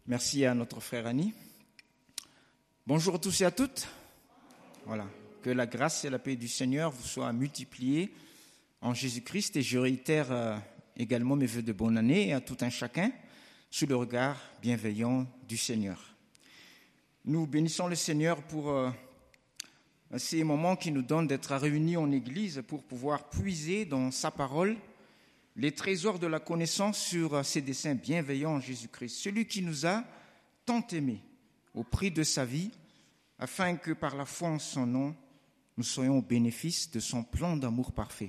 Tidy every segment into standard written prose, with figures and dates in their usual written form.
Merci à notre frère Annie. Bonjour à tous et à toutes. Voilà. Que la grâce et la paix du Seigneur vous soient multipliées en Jésus-Christ. Et je réitère également mes vœux de bonne année à tout un chacun sous le regard bienveillant du Seigneur. Nous bénissons le Seigneur pour ces moments qui nous donnent d'être réunis en Église pour pouvoir puiser dans sa parole les trésors de la connaissance sur ses desseins bienveillants en Jésus-Christ, celui qui nous a tant aimés au prix de sa vie, afin que par la foi en son nom, nous soyons au bénéfice de son plan d'amour parfait.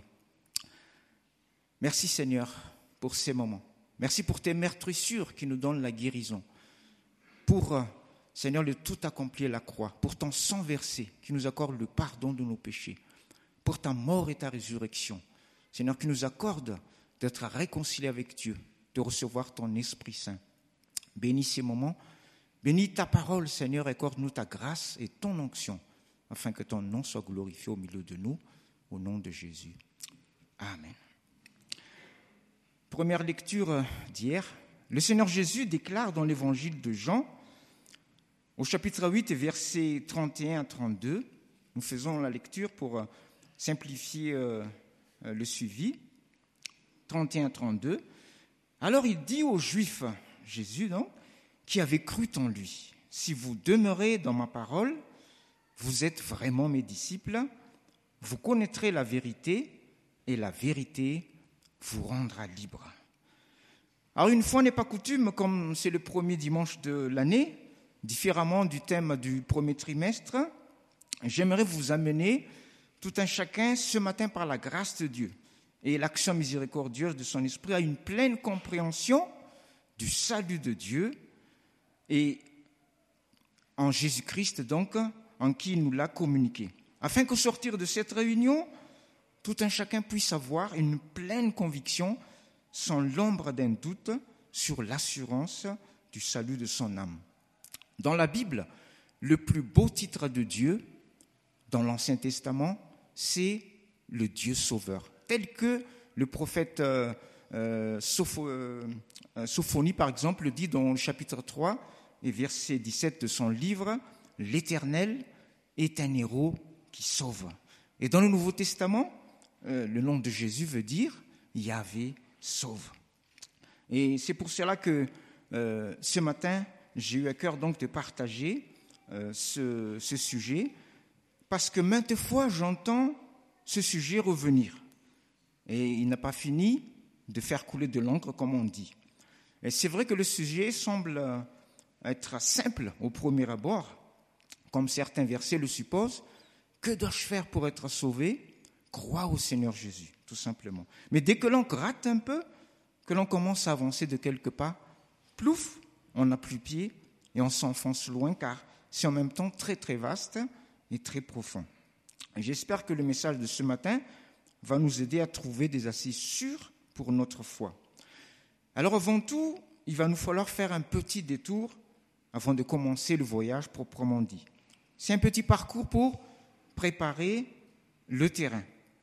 Merci Seigneur pour ces moments. Merci pour tes meurtrissures qui nous donnent la guérison. Pour, Seigneur, le tout accompli à la croix, pour ton sang versé qui nous accorde le pardon de nos péchés, pour ta mort et ta résurrection. Seigneur, qui nous accorde d'être réconciliés avec Dieu, de recevoir ton Esprit Saint. Bénis ces moments, bénis ta parole, Seigneur, et accorde-nous ta grâce et ton onction, afin que ton nom soit glorifié au milieu de nous, au nom de Jésus. Amen. Première lecture d'hier, le Seigneur Jésus déclare dans l'évangile de Jean, au chapitre 8, versets 31 à 32, nous faisons la lecture pour simplifier le suivi, 31-32. Alors il dit aux Juifs, Jésus donc, qui avaient cru en lui, si vous demeurez dans ma parole, vous êtes vraiment mes disciples, vous connaîtrez la vérité et la vérité vous rendra libre. Alors une fois n'est pas coutume, comme c'est le premier dimanche de l'année, différemment du thème du premier trimestre, j'aimerais vous amener tout un chacun ce matin par la grâce de Dieu et l'action miséricordieuse de son esprit à une pleine compréhension du salut de Dieu et en Jésus-Christ, donc, en qui il nous l'a communiqué. Afin qu'au sortir de cette réunion, tout un chacun puisse avoir une pleine conviction, sans l'ombre d'un doute, sur l'assurance du salut de son âme. Dans la Bible, le plus beau titre de Dieu, dans l'Ancien Testament, c'est le Dieu sauveur. Tel que le prophète Sophonie, par exemple, le dit dans le chapitre 3 et verset 17 de son livre, « L'Éternel est un héros qui sauve ». Et dans le Nouveau Testament, le nom de Jésus veut dire « Yahvé sauve ». Et c'est pour cela que ce matin, j'ai eu à cœur donc de partager ce sujet, parce que maintes fois, j'entends ce sujet revenir. Et il n'a pas fini de faire couler de l'encre, comme on dit. Et c'est vrai que le sujet semble être simple au premier abord, comme certains versets le supposent. Que dois-je faire pour être sauvé ? Crois au Seigneur Jésus, tout simplement. Mais dès que l'on gratte un peu, que l'on commence à avancer de quelques pas, plouf, on n'a plus pied et on s'enfonce loin, car c'est en même temps très très vaste et très profond. Et j'espère que le message de ce matin va nous aider à trouver des assises sûres pour notre foi. Alors avant tout, il va nous falloir faire un petit détour avant de commencer le voyage proprement dit. C'est un petit parcours pour préparer le terrain.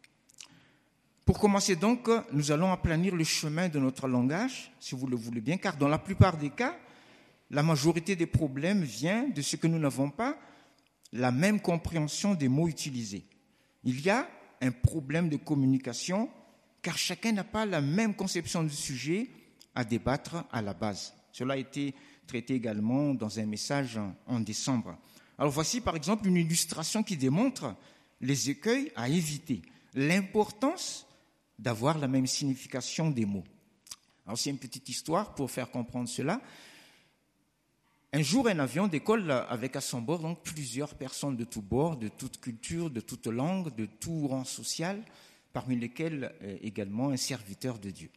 Pour commencer donc, nous allons aplanir le chemin de notre langage, si vous le voulez bien, car dans la plupart des cas, la majorité des problèmes vient de ce que nous n'avons pas la même compréhension des mots utilisés. Il y a un problème de communication, car chacun n'a pas la même conception du sujet à débattre à la base. Cela a été traité également dans un message en décembre. Alors voici par exemple une illustration qui démontre les écueils à éviter, l'importance d'avoir la même signification des mots. Alors c'est une petite histoire pour faire comprendre cela. Un jour, un avion décolle avec à son bord donc plusieurs personnes de tous bords, de toute culture, de toute langue, de tout rang social, parmi lesquels également un serviteur de Dieu.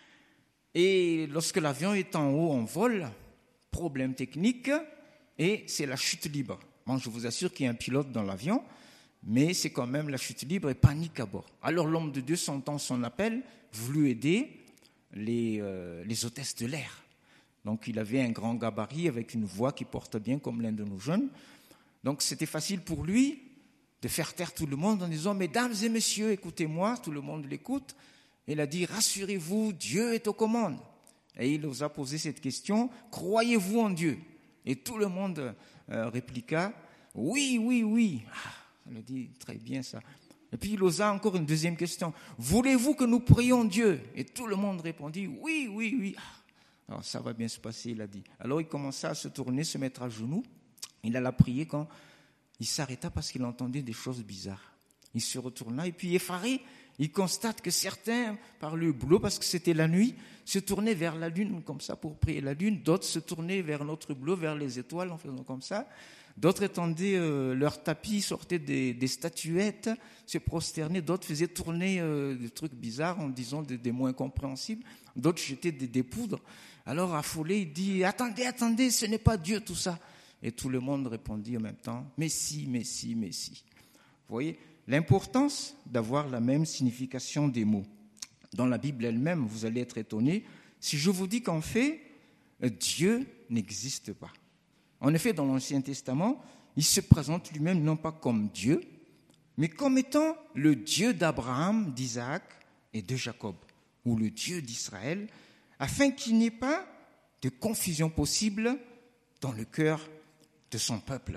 Et lorsque l'avion est en haut en vol, problème technique, et c'est la chute libre. Bon, je vous assure qu'il y a un pilote dans l'avion, mais c'est quand même la chute libre et panique à bord. Alors l'homme de Dieu s'entend son appel, voulut aider les hôtesses de l'air. Donc, il avait un grand gabarit avec une voix qui porte bien comme l'un de nos jeunes. Donc, c'était facile pour lui de faire taire tout le monde en disant « Mesdames et messieurs, écoutez-moi », tout le monde l'écoute. Il a dit « Rassurez-vous, Dieu est aux commandes ». Et il osa poser cette question, croyez-vous en Dieu? Et tout le monde répliqua, oui, oui, oui. On a dit, très bien ça. Et puis il osa encore une deuxième question, voulez-vous que nous prions Dieu? Et tout le monde répondit, oui, oui, oui. Alors ça va bien se passer, il a dit. Alors il commença à se tourner, se mettre à genoux. Il alla prier quand il s'arrêta parce qu'il entendait des choses bizarres. Il se retourna et puis effaré, il constate que certains, par le boulot, parce que c'était la nuit, se tournaient vers la lune comme ça pour prier la lune. D'autres se tournaient vers notre boulot, vers les étoiles en faisant comme ça. D'autres étendaient leur tapis, sortaient des statuettes, se prosternaient. D'autres faisaient tourner des trucs bizarres en disant des mots incompréhensibles. D'autres jetaient des poudres. Alors affolé, il dit « Attendez, ce n'est pas Dieu tout ça ». Et tout le monde répondit en même temps « Mais si, mais si, mais si ». Vous voyez l'importance d'avoir la même signification des mots. Dans la Bible elle-même, vous allez être étonnés si je vous dis qu'en fait, Dieu n'existe pas. En effet, dans l'Ancien Testament, il se présente lui-même non pas comme Dieu, mais comme étant le Dieu d'Abraham, d'Isaac et de Jacob, ou le Dieu d'Israël, afin qu'il n'y ait pas de confusion possible dans le cœur de son peuple.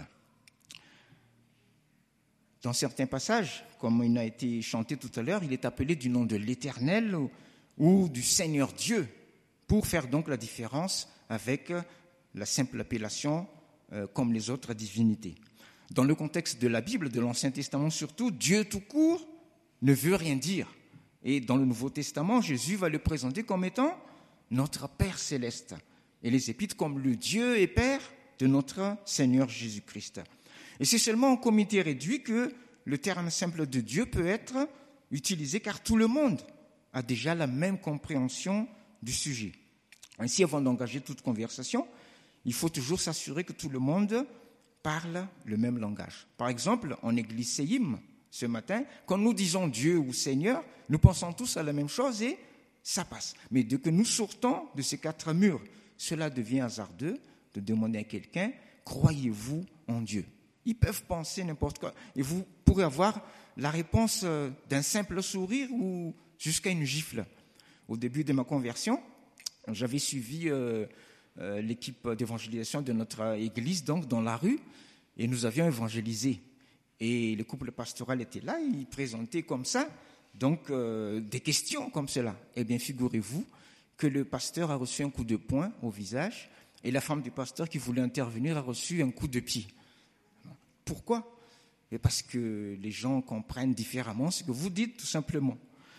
Dans certains passages, comme il a été chanté tout à l'heure, il est appelé du nom de l'Éternel ou du Seigneur Dieu, pour faire donc la différence avec la simple appellation comme les autres divinités. Dans le contexte de la Bible, de l'Ancien Testament surtout, Dieu tout court ne veut rien dire. Et dans le Nouveau Testament, Jésus va le présenter comme étant notre Père céleste, et les Épîtres comme le Dieu et Père de notre Seigneur Jésus-Christ. Et c'est seulement en comité réduit que le terme simple de Dieu peut être utilisé, car tout le monde a déjà la même compréhension du sujet. Ainsi, avant d'engager toute conversation, il faut toujours s'assurer que tout le monde parle le même langage. Par exemple, en église Séhim, ce matin, quand nous disons Dieu ou Seigneur, nous pensons tous à la même chose et ça passe. Mais dès que nous sortons de ces quatre murs, cela devient hasardeux de demander à quelqu'un, croyez-vous en Dieu? Ils peuvent penser n'importe quoi. Et vous pourrez avoir la réponse d'un simple sourire ou jusqu'à une gifle. Au début de ma conversion, j'avais suivi l'équipe d'évangélisation de notre église, donc dans la rue, et nous avions évangélisé. Et le couple pastoral était là, il présentait comme ça, donc des questions comme cela. Eh bien, figurez-vous que le pasteur a reçu un coup de poing au visage, et la femme du pasteur qui voulait intervenir a reçu un coup de pied. Pourquoi? Et parce que les gens comprennent différemment ce que vous dites, tout simplement.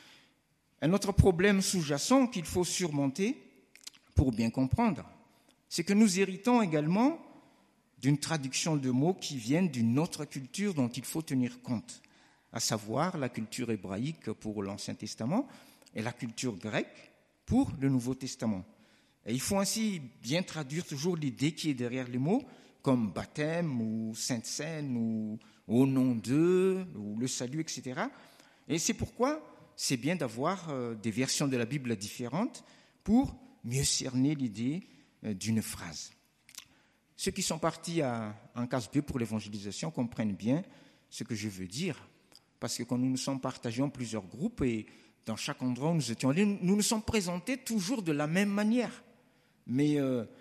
Un autre problème sous-jacent qu'il faut surmonter pour bien comprendre, c'est que nous héritons également d'une traduction de mots qui viennent d'une autre culture dont il faut tenir compte, à savoir la culture hébraïque pour l'Ancien Testament et la culture grecque pour le Nouveau Testament. Et il faut ainsi bien traduire toujours l'idée qui est derrière les mots, comme baptême ou sainte seine ou au nom d'eux ou le salut, etc. Et c'est pourquoi c'est bien d'avoir des versions de la Bible différentes pour mieux cerner l'idée d'une phrase. Ceux qui sont partis en classe B pour l'évangélisation comprennent bien ce que je veux dire, parce que quand nous nous sommes partagés en plusieurs groupes et dans chaque endroit où nous étions allés, nous nous sommes présentés toujours de la même manière. Mais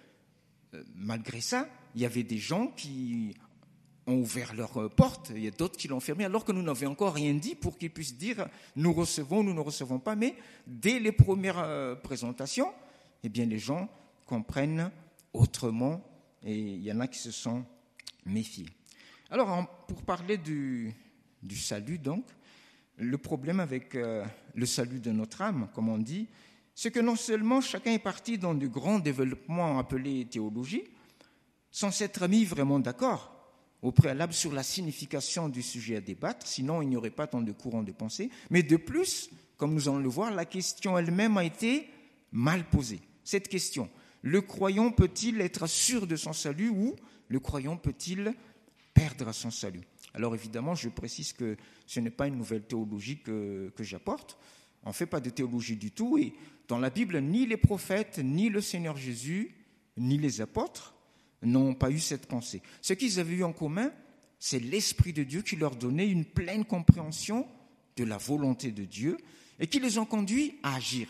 malgré ça, il y avait des gens qui ont ouvert leurs portes, il y a d'autres qui l'ont fermé, alors que nous n'avions encore rien dit pour qu'ils puissent dire nous recevons, nous ne recevons pas. Mais dès les premières présentations, eh bien, les gens comprennent autrement et il y en a qui se sont méfiés. Alors, pour parler du salut, donc, le problème avec le salut de notre âme, comme on dit, c'est que non seulement chacun est parti dans de grands développements appelés théologie, sans s'être mis vraiment d'accord au préalable sur la signification du sujet à débattre, sinon il n'y aurait pas tant de courants de pensée. Mais de plus, comme nous allons le voir, la question elle-même a été mal posée. Cette question, le croyant peut-il être sûr de son salut ou le croyant peut-il perdre son salut? Alors évidemment, je précise que ce n'est pas une nouvelle théologie que j'apporte. On ne fait pas de théologie du tout. Et dans la Bible, ni les prophètes, ni le Seigneur Jésus, ni les apôtres n'ont pas eu cette pensée. Ce qu'ils avaient eu en commun, c'est l'Esprit de Dieu qui leur donnait une pleine compréhension de la volonté de Dieu et qui les ont conduits à agir.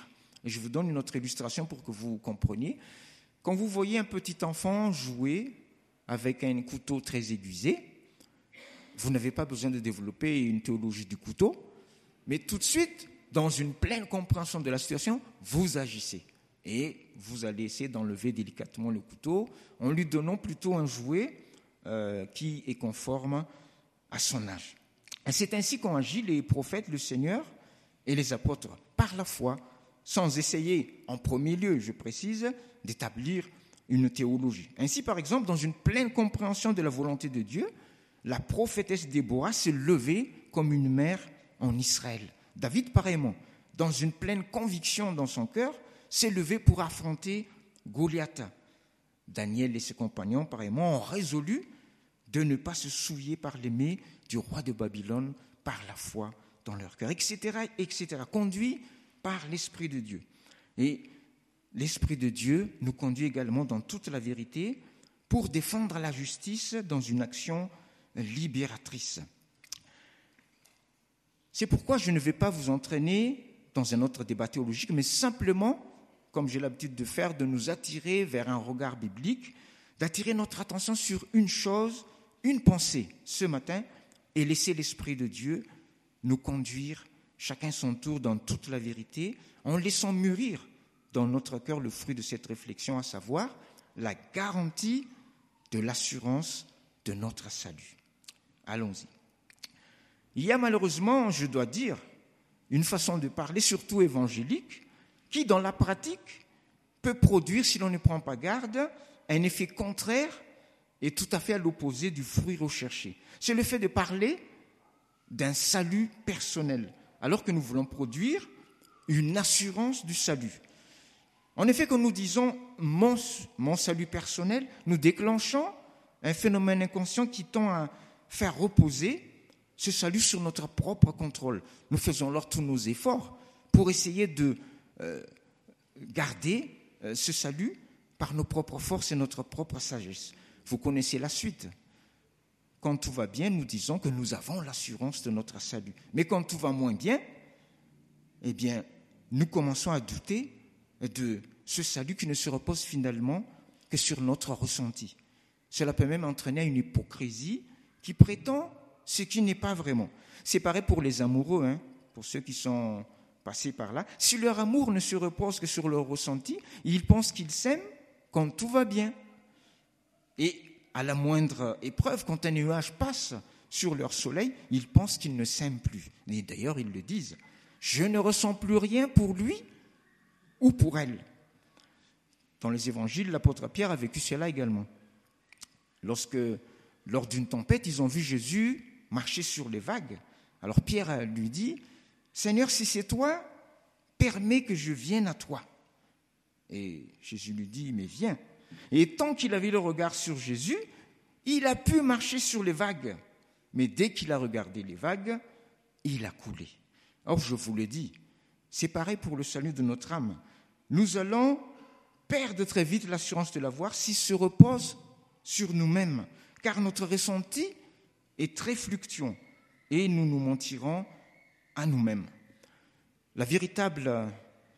Et je vous donne une autre illustration pour que vous compreniez. Quand vous voyez un petit enfant jouer avec un couteau très aiguisé, vous n'avez pas besoin de développer une théologie du couteau, mais tout de suite, dans une pleine compréhension de la situation, vous agissez. Et vous allez essayer d'enlever délicatement le couteau en lui donnant plutôt un jouet qui est conforme à son âge. Et c'est ainsi qu'ont agi les prophètes, le Seigneur et les apôtres, par la foi, sans essayer, en premier lieu, je précise, d'établir une théologie. Ainsi, par exemple, dans une pleine compréhension de la volonté de Dieu, la prophétesse Déborah s'est levée comme une mère en Israël. David, pareillement, dans une pleine conviction dans son cœur, s'est levé pour affronter Goliath. Daniel et ses compagnons, pareillement, ont résolu de ne pas se souiller par les mets du roi de Babylone par la foi dans leur cœur, etc., etc., conduits par l'Esprit de Dieu. Et l'Esprit de Dieu nous conduit également dans toute la vérité pour défendre la justice dans une action libératrice. C'est pourquoi je ne vais pas vous entraîner dans un autre débat théologique, mais simplement, comme j'ai l'habitude de faire, de nous attirer vers un regard biblique, d'attirer notre attention sur une chose, une pensée ce matin, et laisser l'Esprit de Dieu nous conduire chacun son tour dans toute la vérité, en laissant mûrir dans notre cœur le fruit de cette réflexion, à savoir la garantie de l'assurance de notre salut. Allons-y. Il y a malheureusement, je dois dire, une façon de parler, surtout évangélique, qui dans la pratique peut produire, si l'on ne prend pas garde, un effet contraire et tout à fait à l'opposé du fruit recherché. C'est le fait de parler d'un salut personnel, alors que nous voulons produire une assurance du salut. En effet, quand nous disons mon salut personnel, nous déclenchons un phénomène inconscient qui tend à faire reposer ce salut sur notre propre contrôle. Nous faisons alors tous nos efforts pour essayer de garder ce salut par nos propres forces et notre propre sagesse. Vous connaissez la suite. Quand tout va bien, nous disons que nous avons l'assurance de notre salut. Mais quand tout va moins bien, eh bien, nous commençons à douter de ce salut qui ne se repose finalement que sur notre ressenti. Cela peut même entraîner une hypocrisie qui prétend ce qui n'est pas vraiment. C'est pareil pour les amoureux, pour ceux qui sont passés par là. Si leur amour ne se repose que sur leur ressenti, ils pensent qu'ils s'aiment quand tout va bien. Et à la moindre épreuve, quand un nuage passe sur leur soleil, ils pensent qu'ils ne s'aiment plus. Et d'ailleurs, ils le disent. Je ne ressens plus rien pour lui ou pour elle. Dans les évangiles, l'apôtre Pierre a vécu cela également. Lorsque, lors d'une tempête, ils ont vu Jésus marcher sur les vagues. Alors Pierre lui dit, « Seigneur, si c'est toi, permets que je vienne à toi. » Et Jésus lui dit, « Mais viens. » Et tant qu'il avait le regard sur Jésus, il a pu marcher sur les vagues. Mais dès qu'il a regardé les vagues, il a coulé. Or, je vous l'ai dit, c'est pareil pour le salut de notre âme. Nous allons perdre très vite l'assurance de l'avoir s'il se repose sur nous-mêmes, car notre ressenti est très fluctuant et nous nous mentirons à nous-mêmes. La véritable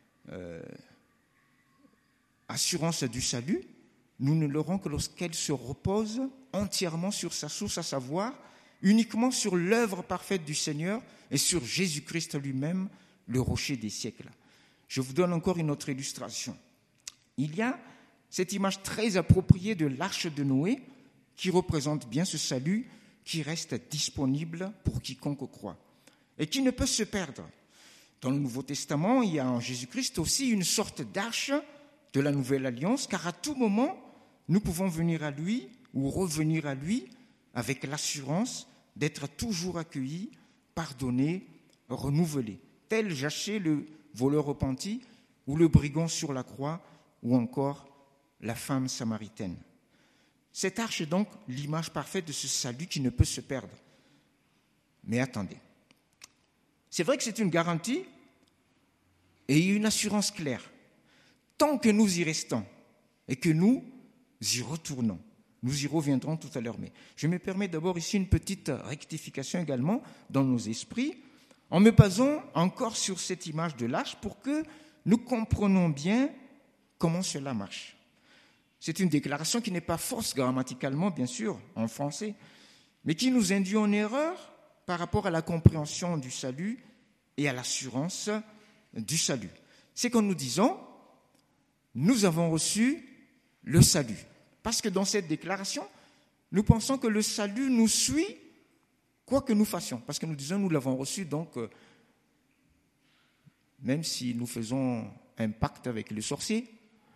assurance du salut, nous ne l'aurons que lorsqu'elle se repose entièrement sur sa source, à savoir uniquement sur l'œuvre parfaite du Seigneur et sur Jésus-Christ lui-même, le rocher des siècles. Je vous donne encore une autre illustration. Il y a cette image très appropriée de l'arche de Noé qui représente bien ce salut qui reste disponible pour quiconque croit et qui ne peut se perdre. Dans le Nouveau Testament, il y a en Jésus-Christ aussi une sorte d'arche de la Nouvelle Alliance, car à tout moment, nous pouvons venir à lui ou revenir à lui avec l'assurance d'être toujours accueillis, pardonnés, renouvelés, tel Zachée le voleur repenti ou le brigand sur la croix ou encore la femme samaritaine. Cette arche est donc l'image parfaite de ce salut qui ne peut se perdre. Mais attendez, c'est vrai que c'est une garantie et une assurance claire. Tant que nous y restons et que nous y retournons, nous y reviendrons tout à l'heure. Mais je me permets d'abord ici une petite rectification également dans nos esprits, en me basant encore sur cette image de l'arche pour que nous comprenons bien comment cela marche. C'est une déclaration qui n'est pas fausse grammaticalement, bien sûr, en français, mais qui nous induit en erreur par rapport à la compréhension du salut et à l'assurance du salut. C'est qu'en nous disant, nous avons reçu le salut. Parce que dans cette déclaration, nous pensons que le salut nous suit quoi que nous fassions. Parce que nous disons, nous l'avons reçu, donc même si nous faisons un pacte avec le sorcier.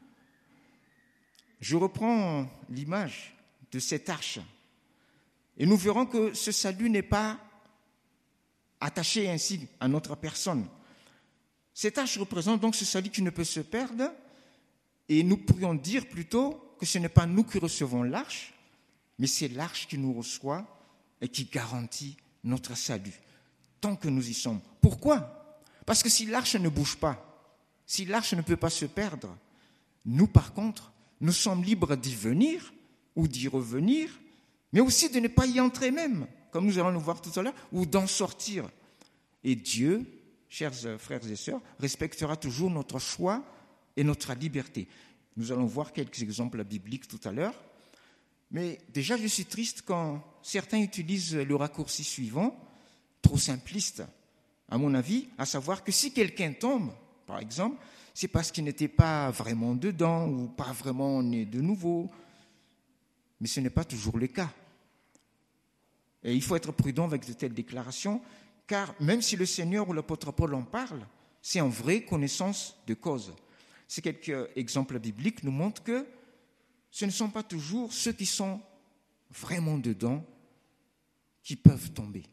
Je reprends l'image de cette arche. Et nous verrons que ce salut n'est pas attaché ainsi à notre personne. Cette arche représente donc ce salut qui ne peut se perdre. Et nous pourrions dire plutôt que ce n'est pas nous qui recevons l'arche, mais c'est l'arche qui nous reçoit et qui garantit notre salut, tant que nous y sommes. Pourquoi ? Parce que si l'arche ne bouge pas, si l'arche ne peut pas se perdre, nous par contre, nous sommes libres d'y venir ou d'y revenir, mais aussi de ne pas y entrer même, comme nous allons le voir tout à l'heure, ou d'en sortir. Et Dieu, chers frères et sœurs, respectera toujours notre choix et notre liberté. Nous allons voir quelques exemples bibliques tout à l'heure. Mais déjà, je suis triste quand certains utilisent le raccourci suivant, trop simpliste, à mon avis, à savoir que si quelqu'un tombe, par exemple, c'est parce qu'il n'était pas vraiment dedans ou pas vraiment né de nouveau. Mais ce n'est pas toujours le cas. Et il faut être prudent avec de telles déclarations, car même si le Seigneur ou l'apôtre Paul en parle, c'est en vraie connaissance de cause. Ces quelques exemples bibliques nous montrent que ce ne sont pas toujours ceux qui sont vraiment dedans qui peuvent tomber.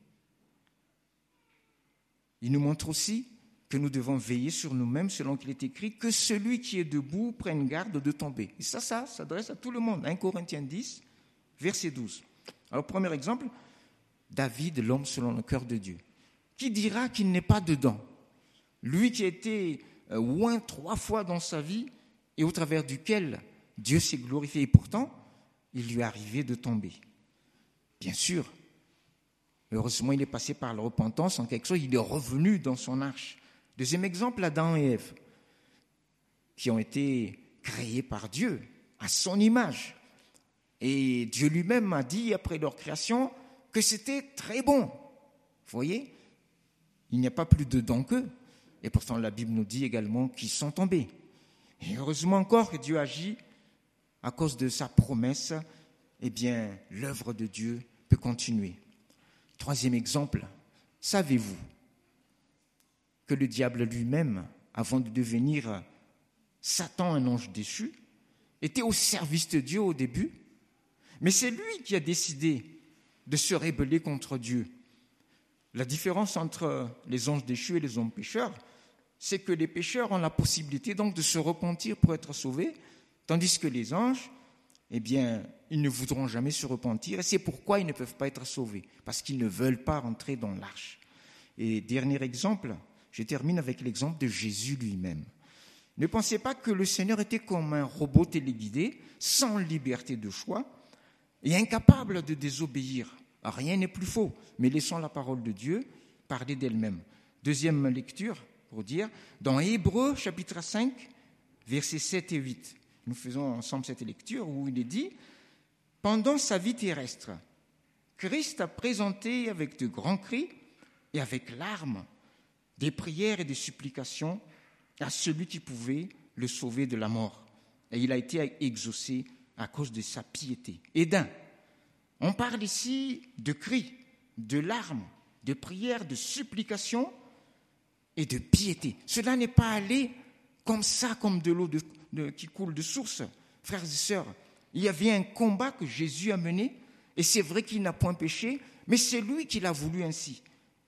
Il nous montre aussi que nous devons veiller sur nous-mêmes selon qu'il est écrit que celui qui est debout prenne garde de tomber. Et ça s'adresse à tout le monde. 1 Corinthiens 10, verset 12. Alors, premier exemple, David, l'homme selon le cœur de Dieu. Qui dira qu'il n'est pas dedans ? Lui qui a été oint 3 fois dans sa vie et au travers duquel Dieu s'est glorifié. Et pourtant, il lui est arrivé de tomber. Bien sûr, heureusement, il est passé par la repentance en quelque chose, il est revenu dans son arche. Deuxième exemple, Adam et Ève, qui ont été créés par Dieu, à son image. Et Dieu lui-même a dit, après leur création, que c'était très bon. Vous voyez ? Il n'y a pas plus dedans qu'eux. Et pourtant, la Bible nous dit également qu'ils sont tombés. Et heureusement encore que Dieu agit à cause de sa promesse. Eh bien, l'œuvre de Dieu peut continuer. Troisième exemple, savez-vous que le diable lui-même, avant de devenir Satan, un ange déchu, était au service de Dieu au début, mais c'est lui qui a décidé de se rebeller contre Dieu. La différence entre les anges déchus et les hommes pécheurs, c'est que les pécheurs ont la possibilité donc de se repentir pour être sauvés, tandis que les anges, eh bien, ils ne voudront jamais se repentir, et c'est pourquoi ils ne peuvent pas être sauvés, parce qu'ils ne veulent pas rentrer dans l'arche. Et dernier exemple, je termine avec l'exemple de Jésus lui-même. Ne pensez pas que le Seigneur était comme un robot téléguidé, sans liberté de choix, et incapable de désobéir. Rien n'est plus faux, mais laissons la parole de Dieu parler d'elle-même. Deuxième lecture, pour dire, dans Hébreux, chapitre 5, versets 7 et 8. Nous faisons ensemble cette lecture où il est dit « Pendant sa vie terrestre, Christ a présenté avec de grands cris et avec larmes des prières et des supplications à celui qui pouvait le sauver de la mort. Et il a été exaucé à cause de sa piété. » Et on parle ici de cris, de larmes, de prières, de supplications et de piété. Cela n'est pas allé comme ça, comme de l'eau qui coule de source. Frères et sœurs, il y avait un combat que Jésus a mené, et c'est vrai qu'il n'a point péché, mais c'est lui qui l'a voulu ainsi.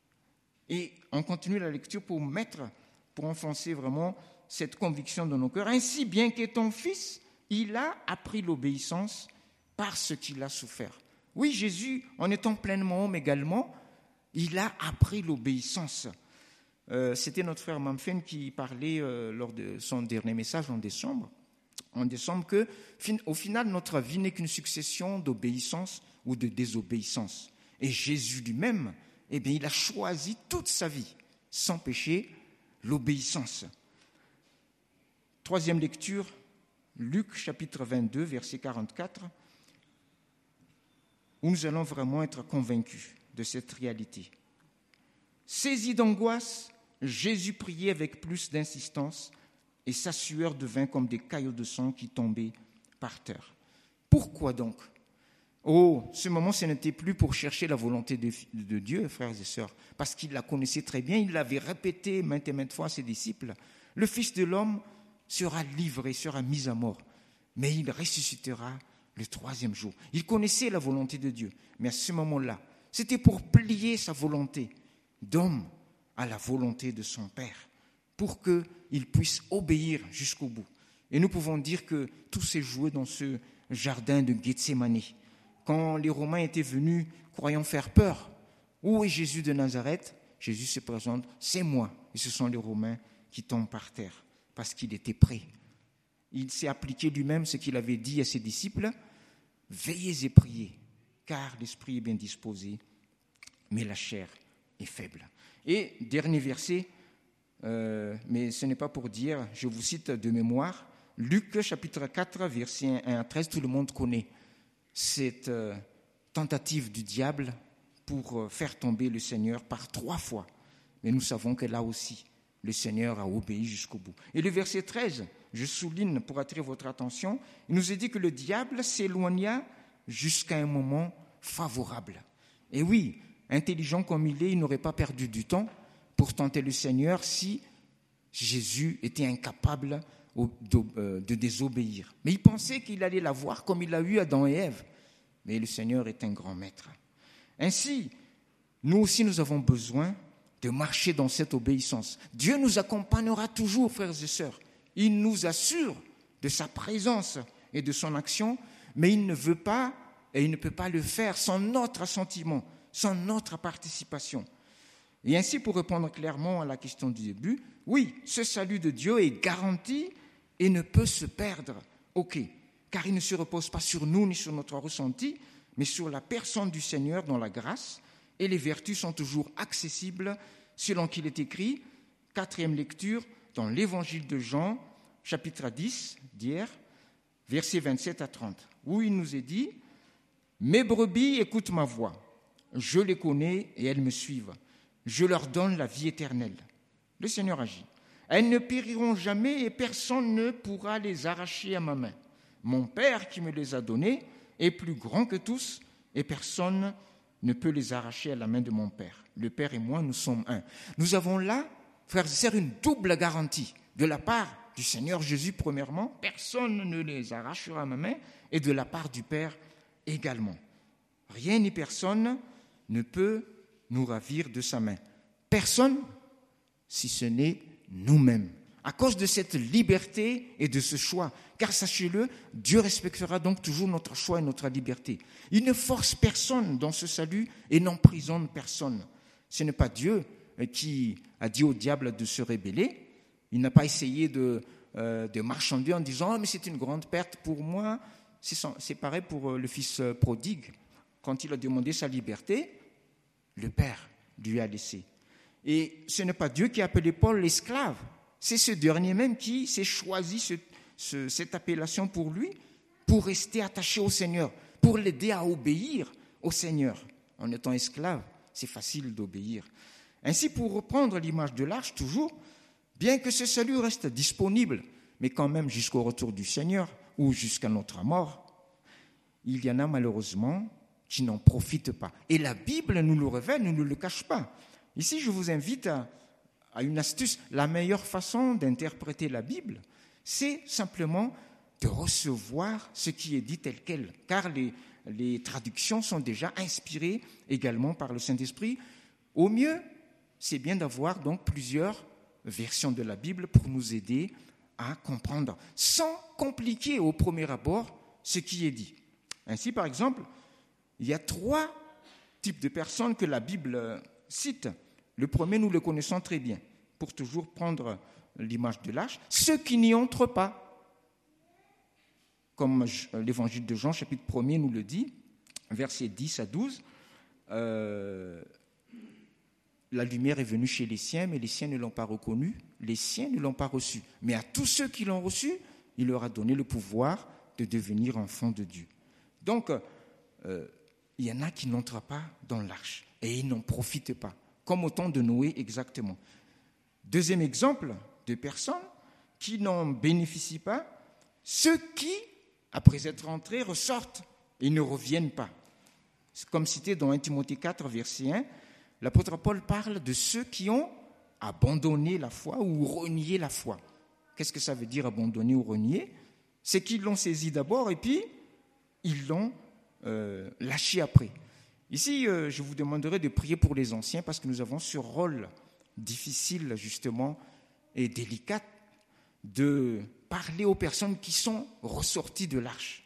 Et on continue la lecture pour enfoncer vraiment cette conviction dans nos cœurs. Ainsi, bien qu'étant fils, il a appris l'obéissance par ce qu'il a souffert. Oui, Jésus, en étant pleinement homme également, il a appris l'obéissance. C'était notre frère Mamfen qui parlait lors de son dernier message en décembre que, au final, notre vie n'est qu'une succession d'obéissance ou de désobéissance. Et Jésus lui-même, eh bien, il a choisi toute sa vie, sans péché, l'obéissance. Troisième lecture, Luc chapitre 22, verset 44, où nous allons vraiment être convaincus de cette réalité. Saisi d'angoisse, Jésus priait avec plus d'insistance et sa sueur devint comme des caillots de sang qui tombaient par terre. Pourquoi donc ? Ce moment, ce n'était plus pour chercher la volonté de Dieu, frères et sœurs, parce qu'il la connaissait très bien, il l'avait répété maintes et maintes fois à ses disciples. Le Fils de l'homme sera livré, sera mis à mort, mais il ressuscitera le troisième jour. Il connaissait la volonté de Dieu, mais à ce moment-là, c'était pour plier sa volonté d'homme à la volonté de son Père, pour qu'il puisse obéir jusqu'au bout. Et nous pouvons dire que tout s'est joué dans ce jardin de Gethsémani. Quand les Romains étaient venus, croyant faire peur, où est Jésus de Nazareth ? Jésus se présente, c'est moi. Et ce sont les Romains qui tombent par terre, parce qu'il était prêt. Il s'est appliqué lui-même ce qu'il avait dit à ses disciples, veillez et priez, car l'esprit est bien disposé, mais la chair est faible. Et dernier verset, mais ce n'est pas pour dire, je vous cite de mémoire, Luc chapitre 4, versets 1 à 13, tout le monde connaît cette tentative du diable pour faire tomber le Seigneur par 3 fois. Mais nous savons que là aussi, le Seigneur a obéi jusqu'au bout. Et le verset 13, je souligne pour attirer votre attention, il nous est dit que le diable s'éloigna jusqu'à un moment favorable. Et oui, intelligent comme il n'aurait pas perdu du temps pour tenter le Seigneur si Jésus était incapable de désobéir. Mais il pensait qu'il allait l'avoir comme il a eu Adam et Ève. Mais le Seigneur est un grand maître. Ainsi, nous aussi, nous avons besoin de marcher dans cette obéissance. Dieu nous accompagnera toujours, frères et sœurs. Il nous assure de sa présence et de son action, mais il ne veut pas et il ne peut pas le faire sans notre assentiment, sans notre participation. Et ainsi, pour répondre clairement à la question du début, oui, ce salut de Dieu est garanti et ne peut se perdre. Ok, car il ne se repose pas sur nous ni sur notre ressenti, mais sur la personne du Seigneur dont la grâce et les vertus sont toujours accessibles selon qu'il est écrit. 4e lecture dans l'évangile de Jean, chapitre 10 d'hier, versets 27 à 30, où il nous est dit « Mes brebis écoutent ma voix, je les connais et elles me suivent. Je leur donne la vie éternelle. » Le Seigneur agit. Elles ne périront jamais et personne ne pourra les arracher à ma main. Mon Père qui me les a donnés est plus grand que tous et personne ne peut les arracher à la main de mon Père. Le Père et moi, nous sommes un. Nous avons là, frères et sœurs, une double garantie. De la part du Seigneur Jésus, premièrement, personne ne les arrachera à ma main, et de la part du Père également. Rien ni personne ne peut nous ravir de sa main. Personne, si ce n'est nous-mêmes. À cause de cette liberté et de ce choix. Car sachez-le, Dieu respectera donc toujours notre choix et notre liberté. Il ne force personne dans ce salut et n'emprisonne personne. Ce n'est pas Dieu qui a dit au diable de se rébeller. Il n'a pas essayé de marchander en disant « mais c'est une grande perte pour moi ». C'est pareil pour le fils prodigue. Quand il a demandé sa liberté, le Père lui a laissé. Et ce n'est pas Dieu qui a appelé Paul l'esclave. C'est ce dernier même qui s'est choisi cette appellation pour lui, pour rester attaché au Seigneur, pour l'aider à obéir au Seigneur. En étant esclave, c'est facile d'obéir. Ainsi, pour reprendre l'image de l'arche, toujours, bien que ce salut reste disponible, mais quand même jusqu'au retour du Seigneur ou jusqu'à notre mort, il y en a malheureusement qui n'en profitent pas. Et la Bible nous le révèle, ne nous le cache pas. Ici, je vous invite à une astuce. La meilleure façon d'interpréter la Bible, c'est simplement de recevoir ce qui est dit tel quel, car les traductions sont déjà inspirées également par le Saint-Esprit. Au mieux, c'est bien d'avoir donc plusieurs versions de la Bible pour nous aider à comprendre, sans compliquer au premier abord ce qui est dit. Ainsi, par exemple, il y a 3 types de personnes que la Bible cite. Le premier, nous le connaissons très bien, pour toujours prendre l'image de l'arche, ceux qui n'y entrent pas. Comme l'évangile de Jean, chapitre 1er, nous le dit, versets 10 à 12. la lumière est venue chez les siens, mais les siens ne l'ont pas reconnue, les siens ne l'ont pas reçue. Mais à tous ceux qui l'ont reçu, il leur a donné le pouvoir de devenir enfants de Dieu. Donc, il y en a qui n'entrent pas dans l'arche et ils n'en profitent pas, comme au temps de Noé exactement. Deuxième exemple de personnes qui n'en bénéficient pas, ceux qui, après être entrés, ressortent et ne reviennent pas. C'est comme cité dans 1 Timothée 4, verset 1, l'apôtre Paul parle de ceux qui ont abandonné la foi ou renié la foi. Qu'est-ce que ça veut dire abandonner ou renier? C'est qu'ils l'ont saisi d'abord et puis ils l'ont lâché après. Ici, je vous demanderai de prier pour les anciens parce que nous avons ce rôle difficile justement et délicat de parler aux personnes qui sont ressorties de l'arche.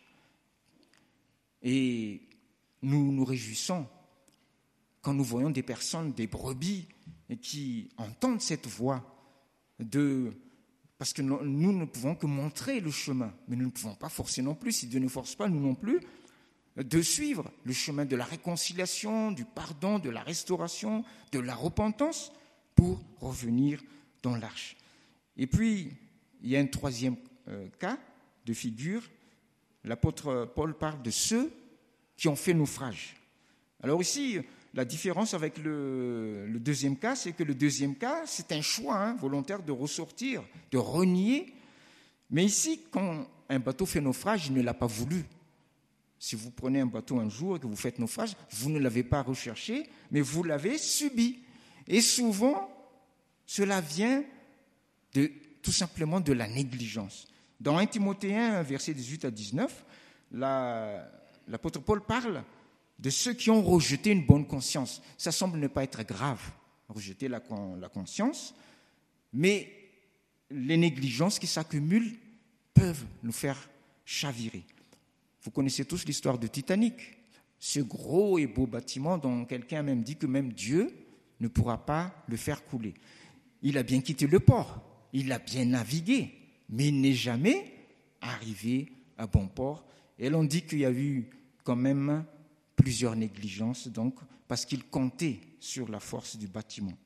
Et nous nous réjouissons quand nous voyons des personnes, des brebis, qui entendent cette voix, parce que nous ne pouvons que montrer le chemin, mais nous ne pouvons pas forcer non plus, si Dieu ne force pas, nous non plus, de suivre le chemin de la réconciliation, du pardon, de la restauration, de la repentance, pour revenir dans l'arche. Et puis, il y a un troisième cas de figure. L'apôtre Paul parle de ceux qui ont fait naufrage. Alors ici, la différence avec le deuxième cas, c'est que le deuxième cas, c'est un choix volontaire de ressortir, de renier. Mais ici, quand un bateau fait naufrage, il ne l'a pas voulu. Si vous prenez un bateau un jour et que vous faites naufrage, vous ne l'avez pas recherché, mais vous l'avez subi. Et souvent, cela vient tout simplement de la négligence. Dans 1 Timothée 1, versets 18 à 19, l'apôtre Paul parle de ceux qui ont rejeté une bonne conscience. Ça semble ne pas être grave, rejeter la conscience, mais les négligences qui s'accumulent peuvent nous faire chavirer. Vous connaissez tous l'histoire de Titanic, ce gros et beau bâtiment dont quelqu'un a même dit que même Dieu ne pourra pas le faire couler. Il a bien quitté le port, il a bien navigué, mais il n'est jamais arrivé à bon port. Et l'on dit qu'il y a eu quand même plusieurs négligences, donc, parce qu'il comptait sur la force du bâtiment.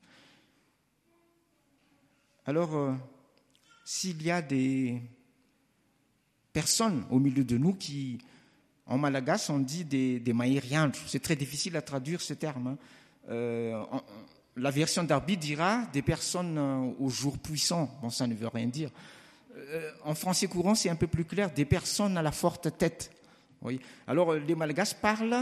Alors, s'il y a des personnes au milieu de nous qui, en malagasy, on dit des maïriantes, c'est très difficile à traduire ce terme. La version d'Arby dira des personnes au jour puissant. Bon, ça ne veut rien dire. En français courant, c'est un peu plus clair, des personnes à la forte tête. Oui. Alors, les Malagasy parlent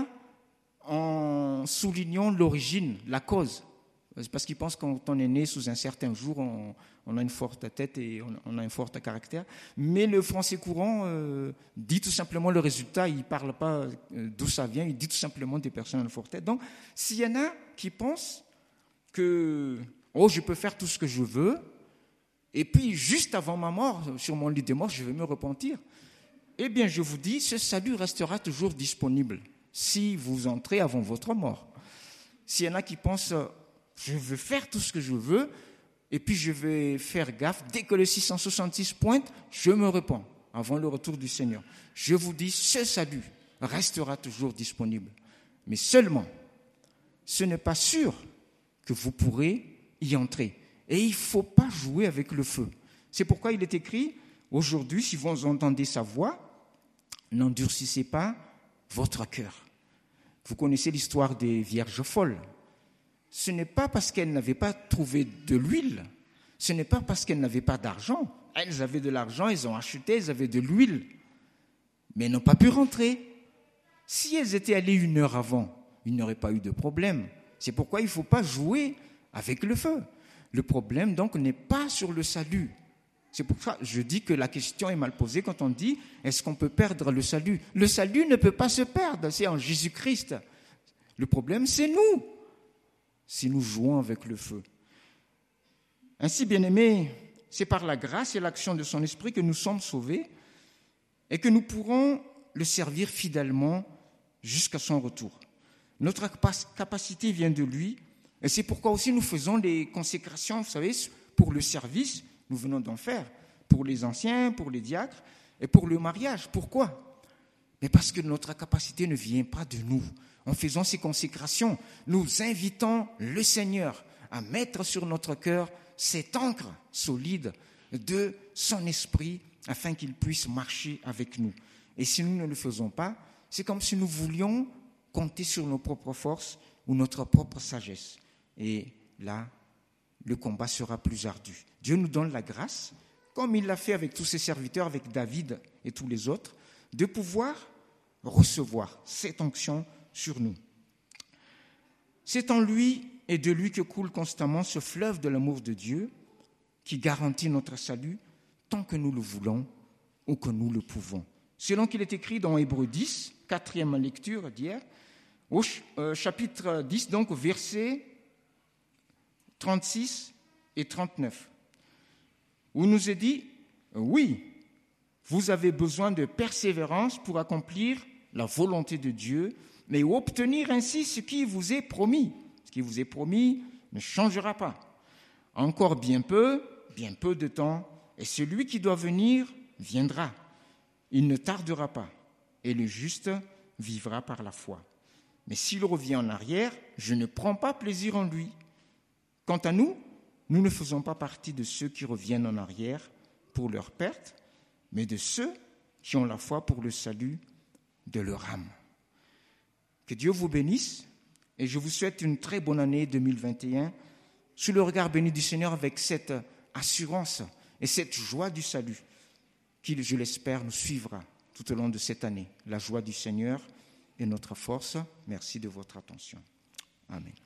en soulignant l'origine, la cause. C'est parce qu'ils pensent que quand on est né sous un certain jour, on a une forte tête et on a un fort caractère. Mais le français courant dit tout simplement le résultat. Il ne parle pas d'où ça vient, il dit tout simplement des personnes à la forte tête. Donc, s'il y en a qui pensent que je peux faire tout ce que je veux, et puis juste avant ma mort, sur mon lit de mort, je vais me repentir. Eh bien, je vous dis, ce salut restera toujours disponible si vous entrez avant votre mort. S'il y en a qui pensent, je veux faire tout ce que je veux, et puis je vais faire gaffe, dès que le 666 pointe, je me repens avant le retour du Seigneur. Je vous dis, ce salut restera toujours disponible. Mais seulement, ce n'est pas sûr que vous pourrez y entrer. Et il ne faut pas jouer avec le feu. C'est pourquoi il est écrit, aujourd'hui, si vous entendez sa voix, n'endurcissez pas votre cœur. Vous connaissez l'histoire des vierges folles. Ce n'est pas parce qu'elles n'avaient pas trouvé de l'huile, ce n'est pas parce qu'elles n'avaient pas d'argent. Elles avaient de l'argent, elles ont acheté, elles avaient de l'huile, mais elles n'ont pas pu rentrer. Si elles étaient allées 1 heure avant, il n'y aurait pas eu de problème. C'est pourquoi il ne faut pas jouer avec le feu. Le problème, donc, n'est pas sur le salut. C'est pour ça que je dis que la question est mal posée quand on dit « est-ce qu'on peut perdre le salut ?» Le salut ne peut pas se perdre, c'est en Jésus-Christ. Le problème, c'est nous, si nous jouons avec le feu. Ainsi, bien-aimés, c'est par la grâce et l'action de son esprit que nous sommes sauvés et que nous pourrons le servir fidèlement jusqu'à son retour. Notre capacité vient de lui, et c'est pourquoi aussi nous faisons des consécrations, vous savez, pour le service, nous venons d'en faire, pour les anciens, pour les diacres, et pour le mariage. Pourquoi ? Mais parce que notre capacité ne vient pas de nous. En faisant ces consécrations, nous invitons le Seigneur à mettre sur notre cœur cette encre solide de son esprit afin qu'il puisse marcher avec nous. Et si nous ne le faisons pas, c'est comme si nous voulions compter sur nos propres forces ou notre propre sagesse. Et là, le combat sera plus ardu. Dieu nous donne la grâce, comme il l'a fait avec tous ses serviteurs, avec David et tous les autres, de pouvoir recevoir cette onction sur nous. C'est en lui et de lui que coule constamment ce fleuve de l'amour de Dieu qui garantit notre salut tant que nous le voulons ou que nous le pouvons. Selon qu'il est écrit dans Hébreux 10, 4e lecture d'hier, au chapitre 10, donc versets 36 et 39, où il nous est dit, oui, vous avez besoin de persévérance pour accomplir la volonté de Dieu, mais obtenir ainsi ce qui vous est promis. Ce qui vous est promis ne changera pas. Encore bien peu de temps, et celui qui doit venir viendra. Il ne tardera pas, et le juste vivra par la foi. Mais s'il revient en arrière, je ne prends pas plaisir en lui. Quant à nous, nous ne faisons pas partie de ceux qui reviennent en arrière pour leur perte, mais de ceux qui ont la foi pour le salut de leur âme. Que Dieu vous bénisse, et je vous souhaite une très bonne année 2021, sous le regard béni du Seigneur, avec cette assurance et cette joie du salut qui, je l'espère, nous suivra tout au long de cette année. La joie du Seigneur est notre force. Merci de votre attention. Amen.